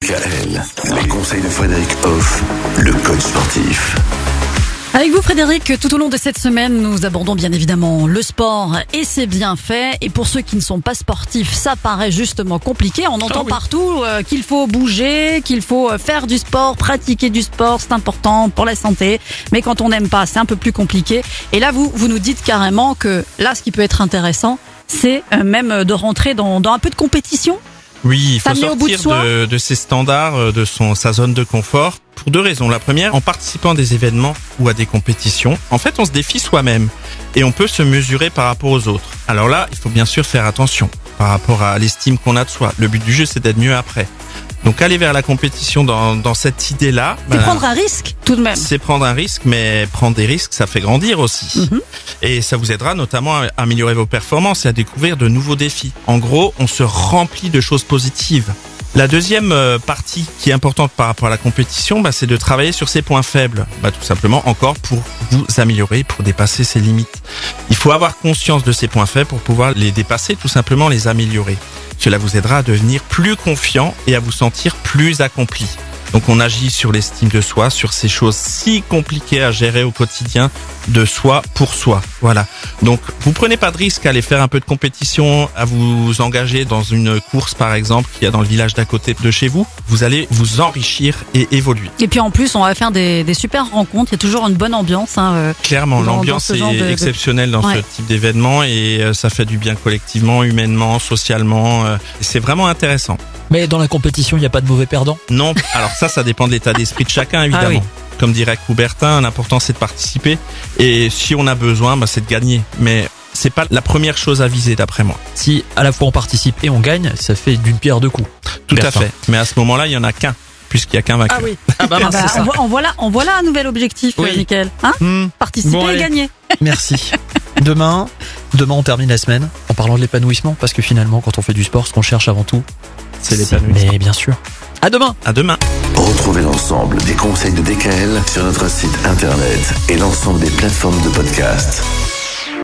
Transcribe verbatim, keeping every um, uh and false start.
K L, les conseils de Frédéric Hoff, le coach sportif. Avec vous Frédéric, tout au long de cette semaine, nous abordons bien évidemment le sport et ses bienfaits. Et pour ceux qui ne sont pas sportifs, ça paraît justement compliqué. On entend ah oui. partout euh, qu'il faut bouger, qu'il faut faire du sport, pratiquer du sport, c'est important pour la santé. Mais quand on n'aime pas, c'est un peu plus compliqué. Et là, vous, vous nous dites carrément que là, ce qui peut être intéressant, c'est euh, même de rentrer dans, dans un peu de compétition. Oui, il faut sortir de, de, de ses standards, de son, sa zone de confort, pour deux raisons. La première, en participant à des événements ou à des compétitions, en fait, on se défie soi-même et on peut se mesurer par rapport aux autres. Alors là, il faut bien sûr faire attention par rapport à l'estime qu'on a de soi. Le but du jeu, c'est d'être mieux après. Donc aller vers la compétition dans, dans cette idée-là... C'est ben, prendre un risque tout de même. C'est prendre un risque, mais prendre des risques, ça fait grandir aussi. Mm-hmm. Et ça vous aidera notamment à améliorer vos performances et à découvrir de nouveaux défis. En gros, on se remplit de choses positives. La deuxième partie qui est importante par rapport à la compétition, bah, c'est de travailler sur ses points faibles. Bah, tout simplement encore pour vous améliorer, pour dépasser ses limites. Il faut avoir conscience de ces points faibles pour pouvoir les dépasser, tout simplement les améliorer. Cela vous aidera à devenir plus confiant et à vous sentir plus accompli. Donc on agit sur l'estime de soi, sur ces choses si compliquées à gérer au quotidien, de soi pour soi. Voilà. Donc vous prenez pas de risque à aller faire un peu de compétition, à vous engager dans une course par exemple qu'il y a dans le village d'à côté de chez vous. Vous allez vous enrichir et évoluer. Et puis en plus on va faire des, des super rencontres. Il y a toujours une bonne ambiance. Hein, euh, Clairement, dans, l'ambiance dans est de, exceptionnelle dans ouais. ce type d'événement et euh, ça fait du bien collectivement, humainement, socialement. Euh, c'est vraiment intéressant. Mais dans la compétition, il n'y a pas de mauvais perdants ? Non. Alors ça, ça dépend de l'état d'esprit de chacun, évidemment. Ah oui. Comme dirait Coubertin, l'important c'est de participer. Et si on a besoin, bah, c'est de gagner. Mais c'est pas la première chose à viser, d'après moi. Si à la fois on participe et on gagne, ça fait d'une pierre deux coups. Tout Bertin. à fait. Mais à ce moment-là, il y en a qu'un, puisqu'il y a qu'un vainqueur. Ah oui. Ah bah, bah, ça. En voilà, en voilà un nouvel objectif, oui. Mickaël. Hein mmh. Participer bon, et gagner. Merci. Demain, demain on termine la semaine en parlant de l'épanouissement, parce que finalement, quand on fait du sport, ce qu'on cherche avant tout, c'est l'épanouissement. Mais bien sûr. À demain. À demain. Retrouvez l'ensemble des conseils de D K L sur notre site internet et l'ensemble des plateformes de podcast.